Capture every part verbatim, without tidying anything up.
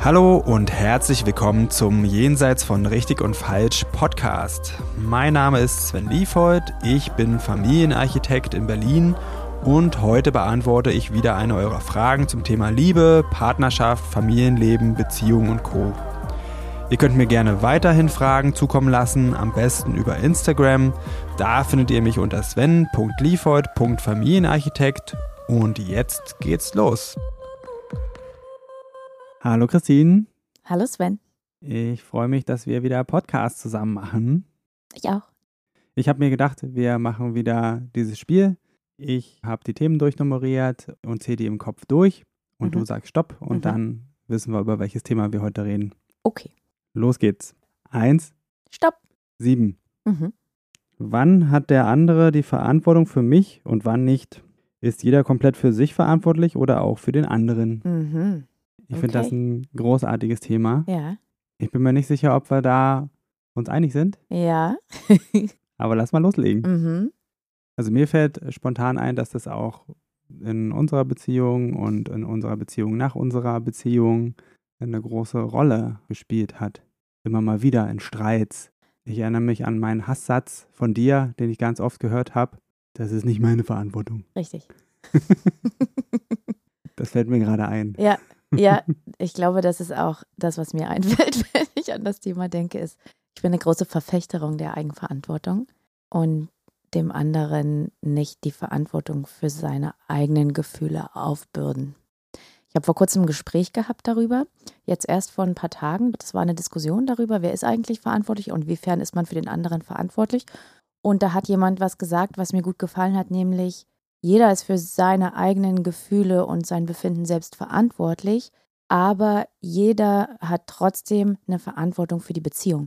Hallo und herzlich willkommen zum Jenseits von Richtig und Falsch Podcast. Mein Name ist Sven Liefhold, ich bin Familienarchitekt in Berlin und heute beantworte ich wieder eine eurer Fragen zum Thema Liebe, Partnerschaft, Familienleben, Beziehungen und Co. Ihr könnt mir gerne weiterhin Fragen zukommen lassen, am besten über Instagram. Da findet ihr mich unter sven punkt liefhold punkt familienarchitekt und jetzt geht's los. Hallo Christine. Hallo Sven. Ich freue mich, dass wir wieder Podcast zusammen machen. Ich auch. Ich habe mir gedacht, wir machen wieder dieses Spiel. Ich habe die Themen durchnummeriert und zähle die im Kopf durch und Mhm. du sagst Stopp und Mhm. dann wissen wir, über welches Thema wir heute reden. Okay. Los geht's. Eins, Stopp. sieben. Mhm. Wann hat der andere die Verantwortung für mich und wann nicht? Ist jeder komplett für sich verantwortlich oder auch für den anderen? Mhm. Ich finde Okay. das ein großartiges Thema. Ja. Ich bin mir nicht sicher, ob wir da uns einig sind, Ja. aber lass mal loslegen. Mhm. Also mir fällt spontan ein, dass das auch in unserer Beziehung und in unserer Beziehung nach unserer Beziehung eine große Rolle gespielt hat. Immer mal wieder in Streits. Ich erinnere mich an meinen Hasssatz von dir, den ich ganz oft gehört habe. Das ist nicht meine Verantwortung. Richtig. Das fällt mir gerade ein. Ja. Ja. Ich glaube, das ist auch das, was mir einfällt, wenn ich an das Thema denke, ist, ich bin eine große Verfechterin der Eigenverantwortung und dem anderen nicht die Verantwortung für seine eigenen Gefühle aufbürden. Ich habe vor kurzem ein Gespräch gehabt darüber, jetzt erst vor ein paar Tagen. Das war eine Diskussion darüber, wer ist eigentlich verantwortlich und inwiefern ist man für den anderen verantwortlich. Und da hat jemand was gesagt, was mir gut gefallen hat, nämlich jeder ist für seine eigenen Gefühle und sein Befinden selbst verantwortlich, aber jeder hat trotzdem eine Verantwortung für die Beziehung.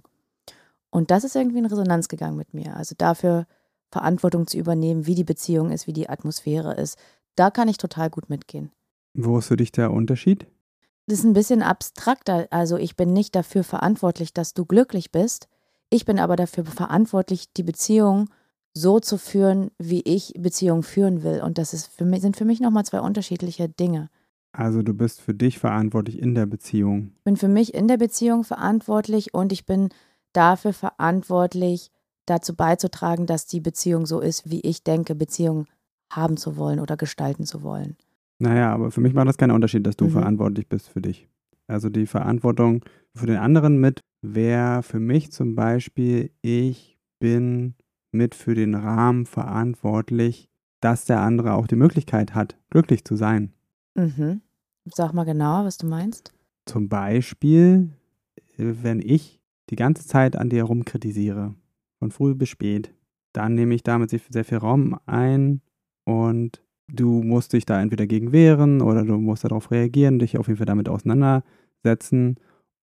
Und das ist irgendwie in Resonanz gegangen mit mir. Also dafür Verantwortung zu übernehmen, wie die Beziehung ist, wie die Atmosphäre ist. Da kann ich total gut mitgehen. Wo ist für dich der Unterschied? Das ist ein bisschen abstrakter. Also ich bin nicht dafür verantwortlich, dass du glücklich bist. Ich bin aber dafür verantwortlich, die Beziehung so zu führen, wie ich Beziehung führen will. Und das ist für mich, sind für mich nochmal zwei unterschiedliche Dinge. Also du bist für dich verantwortlich in der Beziehung. Ich bin für mich in der Beziehung verantwortlich und ich bin dafür verantwortlich, dazu beizutragen, dass die Beziehung so ist, wie ich denke, Beziehung haben zu wollen oder gestalten zu wollen. Naja, aber für mich macht das keinen Unterschied, dass du Mhm. verantwortlich bist für dich. Also die Verantwortung für den anderen mit wäre für mich zum Beispiel, ich bin mit für den Rahmen verantwortlich, dass der andere auch die Möglichkeit hat, glücklich zu sein. Mhm. Sag mal genauer, was du meinst. Zum Beispiel, äh, wenn ich die ganze Zeit an dir rumkritisiere, von früh bis spät, dann nehme ich damit sehr sehr viel Raum ein und du musst dich da entweder gegen wehren oder du musst darauf reagieren, dich auf jeden Fall damit auseinandersetzen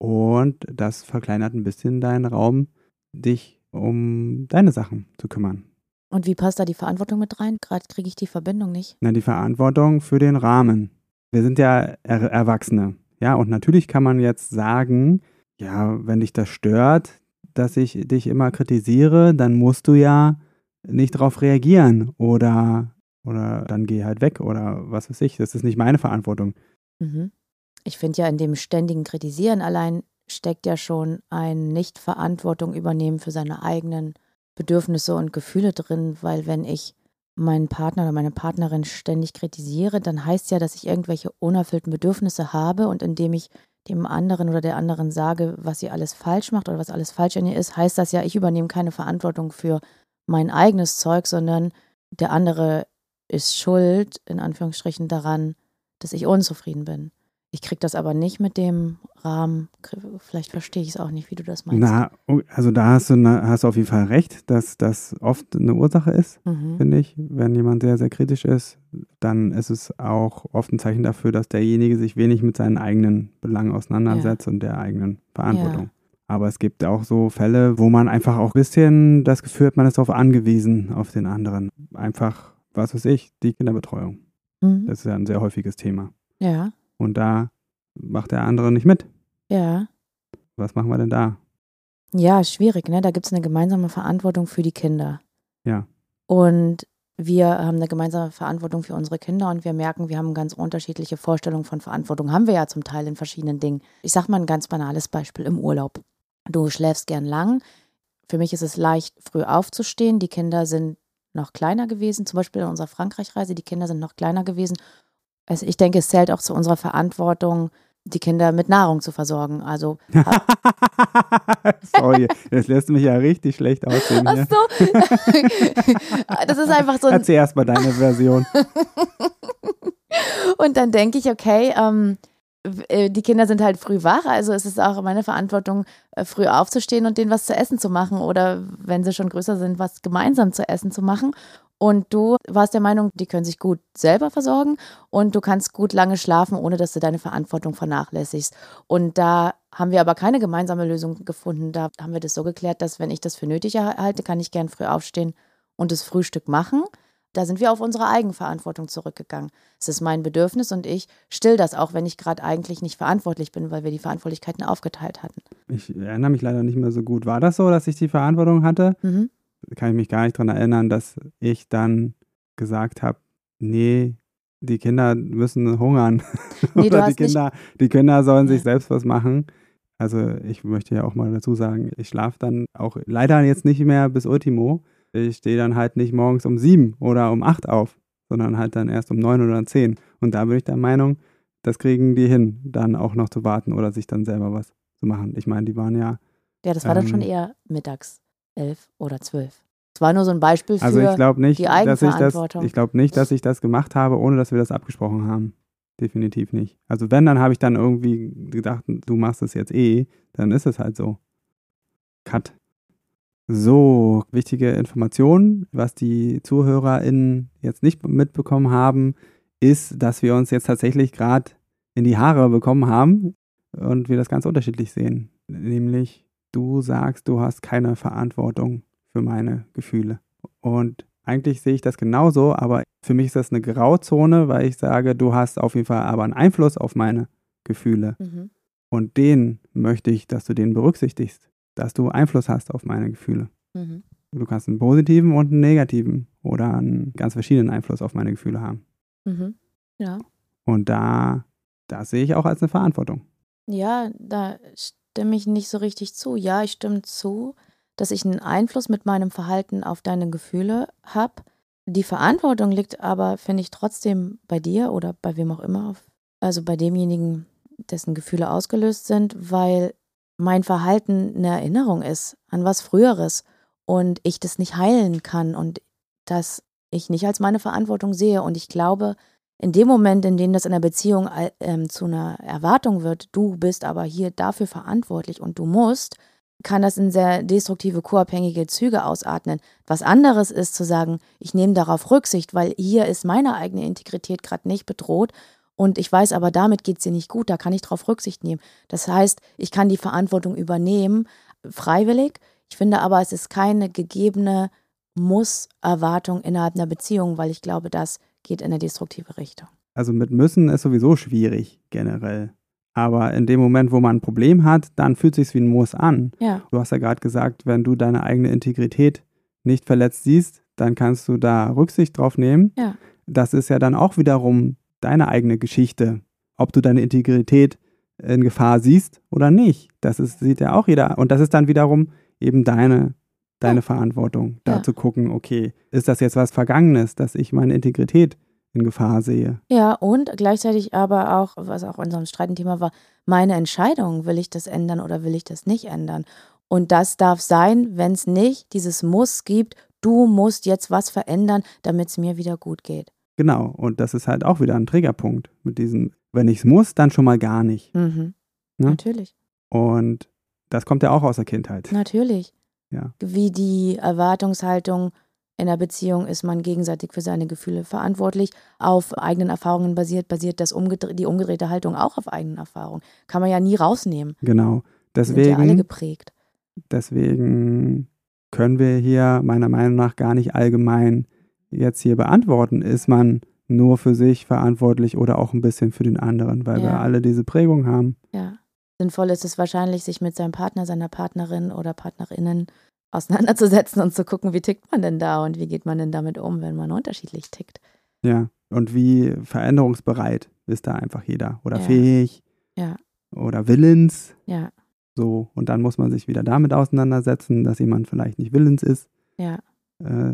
und das verkleinert ein bisschen deinen Raum, dich um deine Sachen zu kümmern. Und wie passt da die Verantwortung mit rein? Gerade kriege ich die Verbindung nicht. Na, die Verantwortung für den Rahmen. Wir sind ja er Erwachsene, ja, und natürlich kann man jetzt sagen, ja, wenn dich das stört, dass ich dich immer kritisiere, dann musst du ja nicht darauf reagieren oder oder dann geh halt weg oder was weiß ich. Das ist nicht meine Verantwortung. Mhm. Ich finde ja, in dem ständigen Kritisieren allein steckt ja schon ein Nicht-Verantwortung übernehmen für seine eigenen Bedürfnisse und Gefühle drin, weil wenn ich meinen Partner oder meine Partnerin ständig kritisiere, dann heißt ja, dass ich irgendwelche unerfüllten Bedürfnisse habe und indem ich dem anderen oder der anderen sage, was sie alles falsch macht oder was alles falsch an ihr ist, heißt das ja, ich übernehme keine Verantwortung für mein eigenes Zeug, sondern der andere ist schuld, in Anführungsstrichen, daran, dass ich unzufrieden bin. Ich kriege das aber nicht mit dem Rahmen, vielleicht verstehe ich es auch nicht, wie du das meinst. Na, also da hast du, eine, hast du auf jeden Fall recht, dass das oft eine Ursache ist, Mhm. finde ich. Wenn jemand sehr, sehr kritisch ist, dann ist es auch oft ein Zeichen dafür, dass derjenige sich wenig mit seinen eigenen Belangen auseinandersetzt und der eigenen Verantwortung. Ja. Aber es gibt auch so Fälle, wo man einfach auch ein bisschen das Gefühl hat, man ist darauf angewiesen, auf den anderen. Einfach, was weiß ich, die Kinderbetreuung. Mhm. Das ist ja ein sehr häufiges Thema. Ja, Und da macht der andere nicht mit. ja. Was machen wir denn da? Ja, schwierig, ne? Da gibt es eine gemeinsame Verantwortung für die Kinder. Ja. Und wir haben eine gemeinsame Verantwortung für unsere Kinder und wir merken, wir haben ganz unterschiedliche Vorstellungen von Verantwortung. Haben wir ja zum Teil in verschiedenen Dingen. Ich sage mal ein ganz banales Beispiel im Urlaub. Du schläfst gern lang. Für mich ist es leicht, früh aufzustehen. Die Kinder sind noch kleiner gewesen, zum Beispiel in unserer Frankreich-Reise. Die Kinder sind noch kleiner gewesen. Also ich denke, es zählt auch zu unserer Verantwortung, die Kinder mit Nahrung zu versorgen. Also Sorry, das lässt mich ja richtig schlecht aussehen. Ach so. Das ist einfach so ein Erzähl erst mal deine Version. Und dann denke ich, okay, ähm, die Kinder sind halt früh wach, also ist es auch meine Verantwortung, früh aufzustehen und denen was zu essen zu machen oder wenn sie schon größer sind, was gemeinsam zu essen zu machen. Und du warst der Meinung, die können sich gut selber versorgen und du kannst gut lange schlafen, ohne dass du deine Verantwortung vernachlässigst. Und da haben wir aber keine gemeinsame Lösung gefunden. Da haben wir das so geklärt, dass wenn ich das für nötig halte, kann ich gern früh aufstehen und das Frühstück machen. Da sind wir auf unsere Eigenverantwortung zurückgegangen. Es ist mein Bedürfnis und ich still das auch, wenn ich gerade eigentlich nicht verantwortlich bin, weil wir die Verantwortlichkeiten aufgeteilt hatten. Ich erinnere mich leider nicht mehr so gut. War das so, dass ich die Verantwortung hatte? Mhm. Kann ich mich gar nicht daran erinnern, dass ich dann gesagt habe, nee, die Kinder müssen hungern. Nee, du Oder hast die Kinder, nicht die Kinder sollen Ja. sich selbst was machen. Also ich möchte ja auch mal dazu sagen, ich schlafe dann auch leider jetzt nicht mehr bis Ultimo. Ich stehe dann halt nicht morgens um sieben oder um acht auf, sondern halt dann erst um neun oder zehn. Und da bin ich der Meinung, das kriegen die hin, dann auch noch zu warten oder sich dann selber was zu machen. Ich meine, die waren ja... Ja, das war dann ähm, schon eher mittags, elf oder zwölf. Es war nur so ein Beispiel für Also ich glaube nicht, die dass ich das, Eigenverantwortung. ich glaube nicht, dass ich das gemacht habe, ohne dass wir das abgesprochen haben. Definitiv nicht. Also wenn, dann habe ich dann irgendwie gedacht, du machst es jetzt eh, dann ist es halt so. Cut. So, wichtige Information, was die ZuhörerInnen jetzt nicht mitbekommen haben, ist, dass wir uns jetzt tatsächlich gerade in die Haare bekommen haben und wir das ganz unterschiedlich sehen. Nämlich, du sagst, du hast keine Verantwortung für meine Gefühle. Und eigentlich sehe ich das genauso, aber für mich ist das eine Grauzone, weil ich sage, du hast auf jeden Fall aber einen Einfluss auf meine Gefühle. Mhm. Und den möchte ich, dass du den berücksichtigst, dass du Einfluss hast auf meine Gefühle. Mhm. Du kannst einen positiven und einen negativen oder einen ganz verschiedenen Einfluss auf meine Gefühle haben. Mhm. Ja. Und da, das sehe ich auch als eine Verantwortung. Ja, da stimme ich nicht so richtig zu. Ja, ich stimme zu, dass ich einen Einfluss mit meinem Verhalten auf deine Gefühle habe. Die Verantwortung liegt aber, finde ich, trotzdem bei dir oder bei wem auch immer, auf, also bei demjenigen, dessen Gefühle ausgelöst sind, weil mein Verhalten eine Erinnerung ist an was Früheres und ich das nicht heilen kann und das ich nicht als meine Verantwortung sehe. Und ich glaube, in dem Moment, in dem das in der Beziehung ähm, zu einer Erwartung wird, du bist aber hier dafür verantwortlich und du musst, kann das in sehr destruktive, co-abhängige Züge ausatmen. Was anderes ist zu sagen, ich nehme darauf Rücksicht, weil hier ist meine eigene Integrität gerade nicht bedroht und ich weiß aber, damit geht es dir nicht gut, da kann ich darauf Rücksicht nehmen. Das heißt, ich kann die Verantwortung übernehmen, freiwillig. Ich finde aber, es ist keine gegebene Muss-Erwartung innerhalb einer Beziehung, weil ich glaube, das geht in eine destruktive Richtung. Also mit müssen ist sowieso schwierig generell. Aber in dem Moment, wo man ein Problem hat, dann fühlt es sich wie ein Muss an. Ja. Du hast ja gerade gesagt, wenn du deine eigene Integrität nicht verletzt siehst, dann kannst du da Rücksicht drauf nehmen. Ja. Das ist ja dann auch wiederum deine eigene Geschichte, ob du deine Integrität in Gefahr siehst oder nicht. Das ist, sieht ja auch jeder. Und das ist dann wiederum eben deine, deine Ja. Verantwortung, da Ja. zu gucken, okay, ist das jetzt was Vergangenes, dass ich meine Integrität in Gefahr sehe? Ja, und gleichzeitig aber auch, was auch unserem Streitenthema war, meine Entscheidung, will ich das ändern oder will ich das nicht ändern? Und das darf sein, wenn es nicht dieses Muss gibt, du musst jetzt was verändern, damit es mir wieder gut geht. Genau, und das ist halt auch wieder ein Triggerpunkt mit diesem, wenn ich es muss, dann schon mal gar nicht. Mhm. Ne? Natürlich, Und das kommt ja auch aus der Kindheit. natürlich. Ja. Wie die Erwartungshaltung in einer Beziehung ist man gegenseitig für seine Gefühle verantwortlich, auf eigenen Erfahrungen basiert, basiert das umgedre- die umgedrehte Haltung auch auf eigenen Erfahrungen. Kann man ja nie rausnehmen. Genau. Die sind ja alle Deswegen, geprägt. deswegen können wir hier meiner Meinung nach gar nicht allgemein jetzt hier beantworten, ist man nur für sich verantwortlich oder auch ein bisschen für den anderen, weil wir Ja. alle diese Prägung haben. Ja. Sinnvoll ist es wahrscheinlich, sich mit seinem Partner, seiner Partnerin oder Partnerinnen auseinanderzusetzen und zu gucken, wie tickt man denn da und wie geht man denn damit um, wenn man unterschiedlich tickt. Ja, und wie veränderungsbereit ist da einfach jeder oder Ja. fähig Ja, oder willens. ja, So, und dann muss man sich wieder damit auseinandersetzen, dass jemand vielleicht nicht willens ist, ja, äh,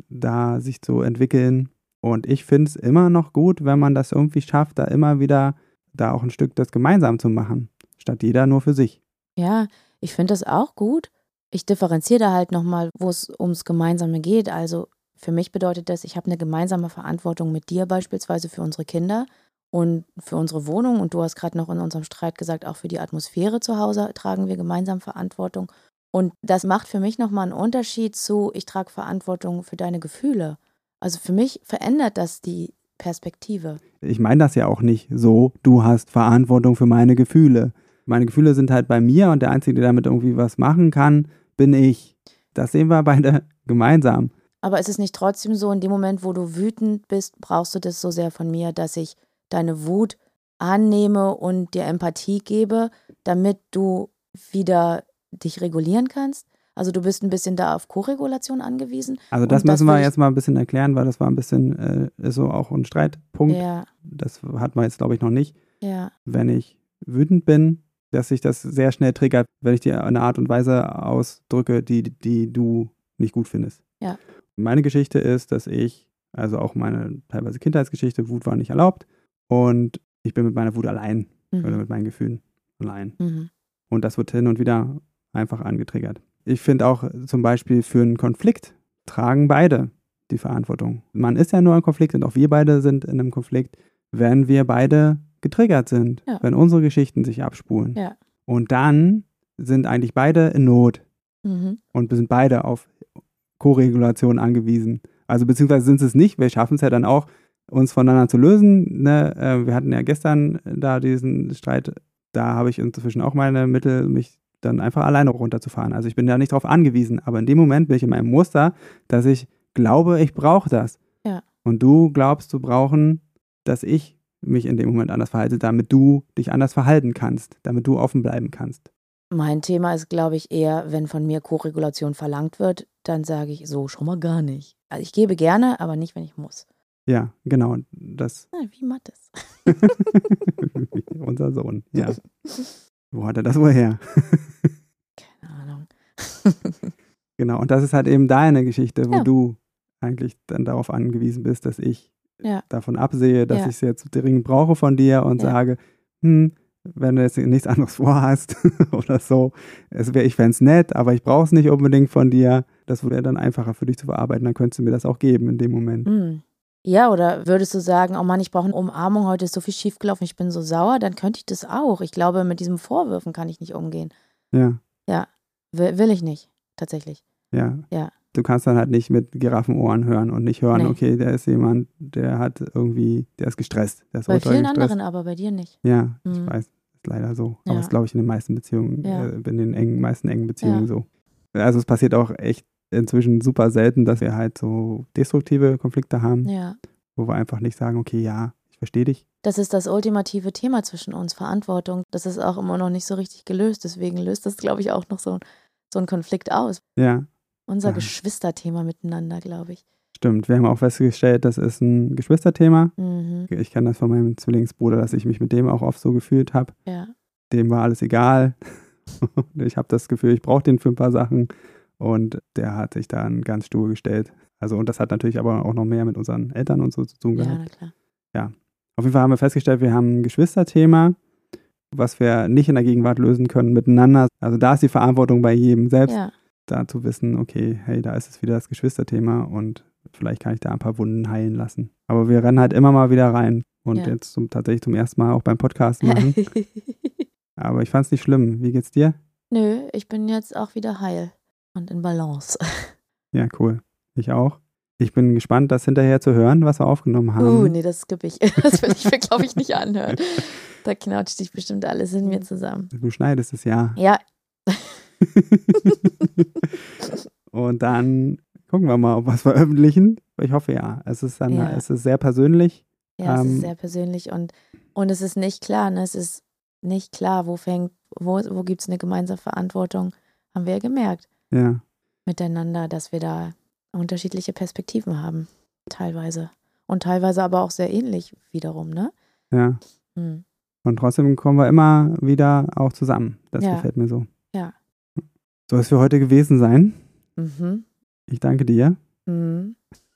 da sich zu entwickeln. Und ich finde es immer noch gut, wenn man das irgendwie schafft, da immer wieder da auch ein Stück das gemeinsam zu machen, statt jeder nur für sich. ja, ich finde das auch gut. Ich differenziere da halt nochmal, wo es ums Gemeinsame geht. Also für mich bedeutet das, ich habe eine gemeinsame Verantwortung mit dir beispielsweise für unsere Kinder und für unsere Wohnung. Und du hast gerade noch in unserem Streit gesagt, auch für die Atmosphäre zu Hause tragen wir gemeinsam Verantwortung. Und das macht für mich nochmal einen Unterschied zu, ich trage Verantwortung für deine Gefühle. Also für mich verändert das die Perspektive. Ich meine das ja auch nicht so, du hast Verantwortung für meine Gefühle. Meine Gefühle sind halt bei mir und der Einzige, der damit irgendwie was machen kann, bin ich. Das sehen wir beide gemeinsam. Aber ist es nicht trotzdem so, in dem Moment, wo du wütend bist, brauchst du das so sehr von mir, dass ich deine Wut annehme und dir Empathie gebe, damit du wieder dich regulieren kannst? Also du bist ein bisschen da auf Koregulation angewiesen. Also das Und das müssen wir will ich- jetzt mal ein bisschen erklären, weil das war ein bisschen äh, so auch ein Streitpunkt. Ja, Das hat man jetzt, glaube ich, noch nicht. ja, Wenn ich wütend bin, dass sich das sehr schnell triggert, wenn ich dir eine Art und Weise ausdrücke, die, die du nicht gut findest. Ja. Meine Geschichte ist, dass ich, also auch meine teilweise Kindheitsgeschichte, Wut war nicht erlaubt und ich bin mit meiner Wut allein oder mhm. mit meinen Gefühlen allein. Mhm. Und das wird hin und wieder einfach angetriggert. Ich finde auch zum Beispiel für einen Konflikt tragen beide die Verantwortung. Man ist ja nur im Konflikt und auch wir beide sind in einem Konflikt, wenn wir beide getriggert sind, Ja. wenn unsere Geschichten sich abspulen. Ja. Und dann sind eigentlich beide in Not Mhm. und wir sind beide auf Koregulation angewiesen. Also beziehungsweise sind es nicht, wir schaffen es ja dann auch, uns voneinander zu lösen. Ne? Äh, wir hatten ja gestern da diesen Streit, da habe ich inzwischen auch meine Mittel, mich dann einfach alleine runterzufahren. Also ich bin da nicht drauf angewiesen, aber in dem Moment bin ich in meinem Muster, dass ich glaube, ich brauche das. Ja. Und du glaubst zu brauchen, dass ich mich in dem Moment anders verhalte, damit du dich anders verhalten kannst, damit du offen bleiben kannst. Mein Thema ist, glaube ich, eher, wenn von mir Koregulation verlangt wird, dann sage ich so schon mal gar nicht. Also ich gebe gerne, aber nicht, wenn ich muss. Ja, genau. Das Ja, wie Mattes. unser Sohn, ja. Wo hat er das wohl her? Keine Ahnung. Genau, und das ist halt eben deine Geschichte, wo Ja. du eigentlich dann darauf angewiesen bist, dass ich Ja. davon absehe, dass Ja. ich es jetzt dringend brauche von dir und Ja. sage, hm, wenn du jetzt nichts anderes vorhast oder so, es wär, ich fände es nett, aber ich brauche es nicht unbedingt von dir. Das wäre dann einfacher für dich zu verarbeiten, dann könntest du mir das auch geben in dem Moment. Hm. Ja, oder würdest du sagen, oh Mann, ich brauche eine Umarmung, heute ist so viel schiefgelaufen, ich bin so sauer, dann könnte ich das auch. Ich glaube, mit diesen Vorwürfen kann ich nicht umgehen. Ja, Ja, will, will ich nicht, tatsächlich. ja. Ja. Du kannst dann halt nicht mit Giraffenohren hören und nicht hören, Nee. okay, der ist jemand, der hat irgendwie, der ist gestresst. Der ist Bei ultra vielen gestresst. anderen aber, bei dir nicht. Ja, ich Mhm. weiß, ist leider so. Ja. Aber es ist, glaube ich, in den meisten Beziehungen, Ja. äh, in den engen, meisten engen Beziehungen Ja. so. Also es passiert auch echt inzwischen super selten, dass wir halt so destruktive Konflikte haben, Ja. wo wir einfach nicht sagen, okay, ja, ich verstehe dich. Das ist das ultimative Thema zwischen uns, Verantwortung. Das ist auch immer noch nicht so richtig gelöst. Deswegen löst das, glaube ich, auch noch so, so einen Konflikt aus. Ja, Unser Ja. Geschwisterthema miteinander, glaube ich. stimmt. Wir haben auch festgestellt, das ist ein Geschwisterthema. Mhm. Ich kenne das von meinem Zwillingsbruder, dass ich mich mit dem auch oft so gefühlt habe. Ja. Dem war alles egal. Ich habe das Gefühl, ich brauche den für ein paar Sachen. Und der hat sich da einen ganz stur gestellt. Also, und das hat natürlich aber auch noch mehr mit unseren Eltern und so zu tun Ja, gehabt. na klar. Auf jeden Fall haben wir festgestellt, wir haben ein Geschwisterthema, was wir nicht in der Gegenwart lösen können miteinander. Also da ist die Verantwortung bei jedem selbst, Ja. da zu wissen, okay, hey, da ist es wieder das Geschwisterthema und vielleicht kann ich da ein paar Wunden heilen lassen. Aber wir rennen halt immer mal wieder rein und Ja. jetzt zum, tatsächlich zum ersten Mal auch beim Podcast machen. Aber ich fand es nicht schlimm. Wie geht's dir? Nö, ich bin jetzt auch wieder heil und in Balance. Ja, cool. Ich auch. Ich bin gespannt, das hinterher zu hören, was wir aufgenommen haben. Uh, nee, das skippe ich. Das will ich mir, glaube ich, nicht anhören. Da knautscht sich bestimmt alles in mir zusammen. Du schneidest es ja. Ja. Und dann gucken wir mal, ob wir es veröffentlichen. Ich hoffe ja. Es ist dann, Ja. es ist sehr persönlich. Ja, es Ähm, ist sehr persönlich und, und es ist nicht klar, ne? Es ist nicht klar, wo fängt, wo, wo gibt es eine gemeinsame Verantwortung, haben wir ja gemerkt. Ja. miteinander, dass wir da unterschiedliche Perspektiven haben, teilweise. Und teilweise aber auch sehr ähnlich wiederum, ne? Ja. Hm. Und trotzdem kommen wir immer wieder auch zusammen. Das Ja. gefällt mir so. Ja. Soll es für heute gewesen sein? Mhm. Ich danke dir Mhm.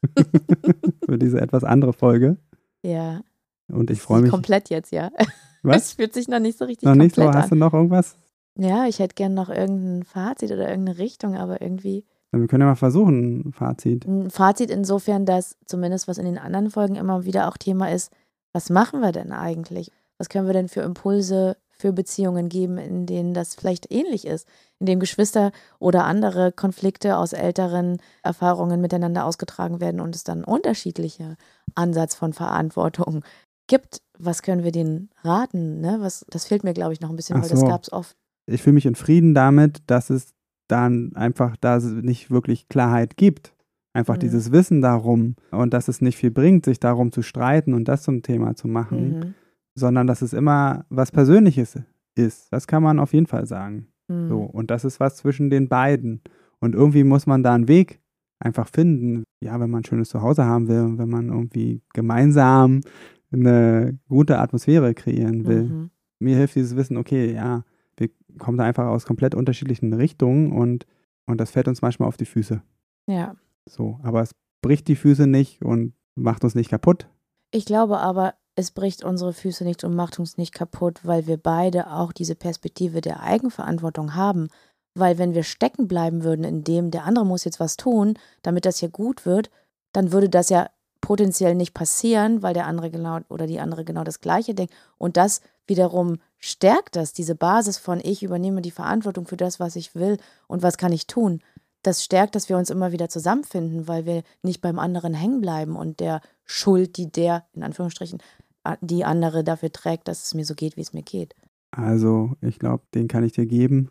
für diese etwas andere Folge. Ja. Und ich freue mich. Komplett jetzt, ja. Was? Es fühlt sich noch nicht so richtig Noch nicht so? komplett Hast du noch irgendwas? an. Ja, ich hätte gern noch irgendein Fazit oder irgendeine Richtung, aber irgendwie Ja, wir können ja mal versuchen, ein Fazit. ein Fazit insofern, dass zumindest was in den anderen Folgen immer wieder auch Thema ist, was machen wir denn eigentlich? Was können wir denn für Impulse für Beziehungen geben, in denen das vielleicht ähnlich ist, in dem Geschwister oder andere Konflikte aus älteren Erfahrungen miteinander ausgetragen werden und es dann unterschiedliche Ansatz von Verantwortung gibt. Was können wir denen raten? Ne? Was, das fehlt mir, glaube ich, noch ein bisschen, Ach weil so. das gab es oft. Ich fühle mich in Frieden damit, dass es dann einfach da nicht wirklich Klarheit gibt. Einfach Mhm. dieses Wissen darum und dass es nicht viel bringt, sich darum zu streiten und das zum Thema zu machen, Mhm. sondern dass es immer was Persönliches ist. Das kann man auf jeden Fall sagen. Mhm. So, und das ist was zwischen den beiden. Und irgendwie muss man da einen Weg einfach finden. Ja, wenn man ein schönes Zuhause haben will, wenn man irgendwie gemeinsam eine gute Atmosphäre kreieren will. Mhm. Mir hilft dieses Wissen, okay, ja, wir kommen da einfach aus komplett unterschiedlichen Richtungen und, und das fällt uns manchmal auf die Füße. Ja. So, aber es bricht die Füße nicht und macht uns nicht kaputt. Ich glaube aber, es bricht unsere Füße nicht und macht uns nicht kaputt, weil wir beide auch diese Perspektive der Eigenverantwortung haben. Weil wenn wir stecken bleiben würden, in dem der andere muss jetzt was tun, damit das hier gut wird, dann würde das ja potenziell nicht passieren, weil der andere genau oder die andere genau das Gleiche denkt. Und das wiederum stärkt das, diese Basis von ich übernehme die Verantwortung für das, was ich will und was kann ich tun. Das stärkt, dass wir uns immer wieder zusammenfinden, weil wir nicht beim anderen hängen bleiben und der Schuld, die der, in Anführungsstrichen, die andere dafür trägt, dass es mir so geht, wie es mir geht. Also, ich glaube, den kann ich dir geben.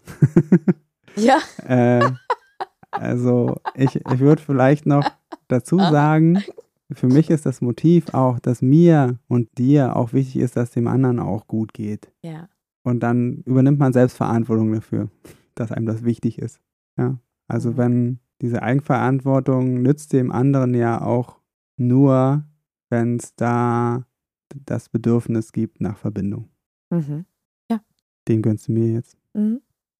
Ja. äh, also, ich, ich würde vielleicht noch dazu sagen, für mich ist das Motiv auch, dass mir und dir auch wichtig ist, dass dem anderen auch gut geht. Ja. Und dann übernimmt man selbst Verantwortung dafür, dass einem das wichtig ist. Ja. Also Mhm. wenn diese Eigenverantwortung nützt dem anderen ja auch nur, wenn es da das Bedürfnis gibt nach Verbindung. Mhm. Den gönnst du mir jetzt. Mhm.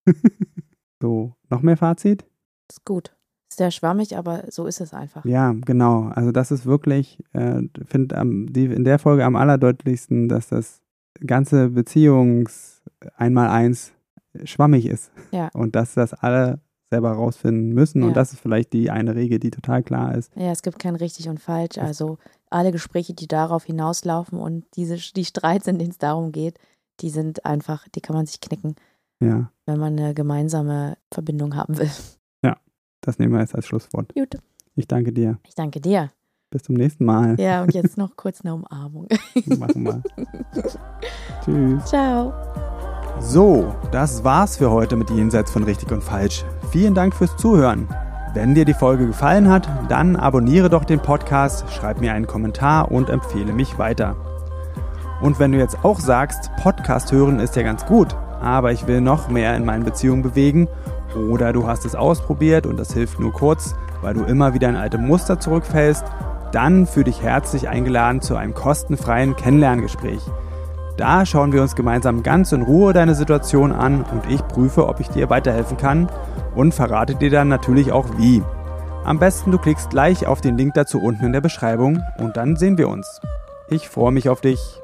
So, noch mehr Fazit? Ist gut. Ist sehr schwammig, aber so ist es einfach. Ja, genau. Also das ist wirklich, äh, finde in der Folge am allerdeutlichsten, dass das ganze Beziehungs Einmaleins schwammig ist. Ja. Und dass das alle selber rausfinden müssen. Ja. Und das ist vielleicht die eine Regel, die total klar ist. Ja, es gibt kein richtig und falsch. Also alle Gespräche, die darauf hinauslaufen und diese, die Streits, in denen es darum geht, die sind einfach, die kann man sich knicken, Ja, wenn man eine gemeinsame Verbindung haben will. das nehmen wir jetzt als Schlusswort. Gut. Ich danke dir. Ich danke dir. Bis zum nächsten Mal. Ja, und jetzt noch kurz eine Umarmung. Machen wir. Tschüss. Ciao. So, das war's für heute mit Jenseits von Richtig und Falsch. Vielen Dank fürs Zuhören. Wenn dir die Folge gefallen hat, dann abonniere doch den Podcast, schreib mir einen Kommentar und empfehle mich weiter. Und wenn du jetzt auch sagst, Podcast hören ist ja ganz gut, aber ich will noch mehr in meinen Beziehungen bewegen, oder du hast es ausprobiert und das hilft nur kurz, weil du immer wieder in alte Muster zurückfällst, dann fühle dich herzlich eingeladen zu einem kostenfreien Kennenlerngespräch. Da schauen wir uns gemeinsam ganz in Ruhe deine Situation an und ich prüfe, ob ich dir weiterhelfen kann und verrate dir dann natürlich auch wie. Am besten du klickst gleich auf den Link dazu unten in der Beschreibung und dann sehen wir uns. Ich freue mich auf dich.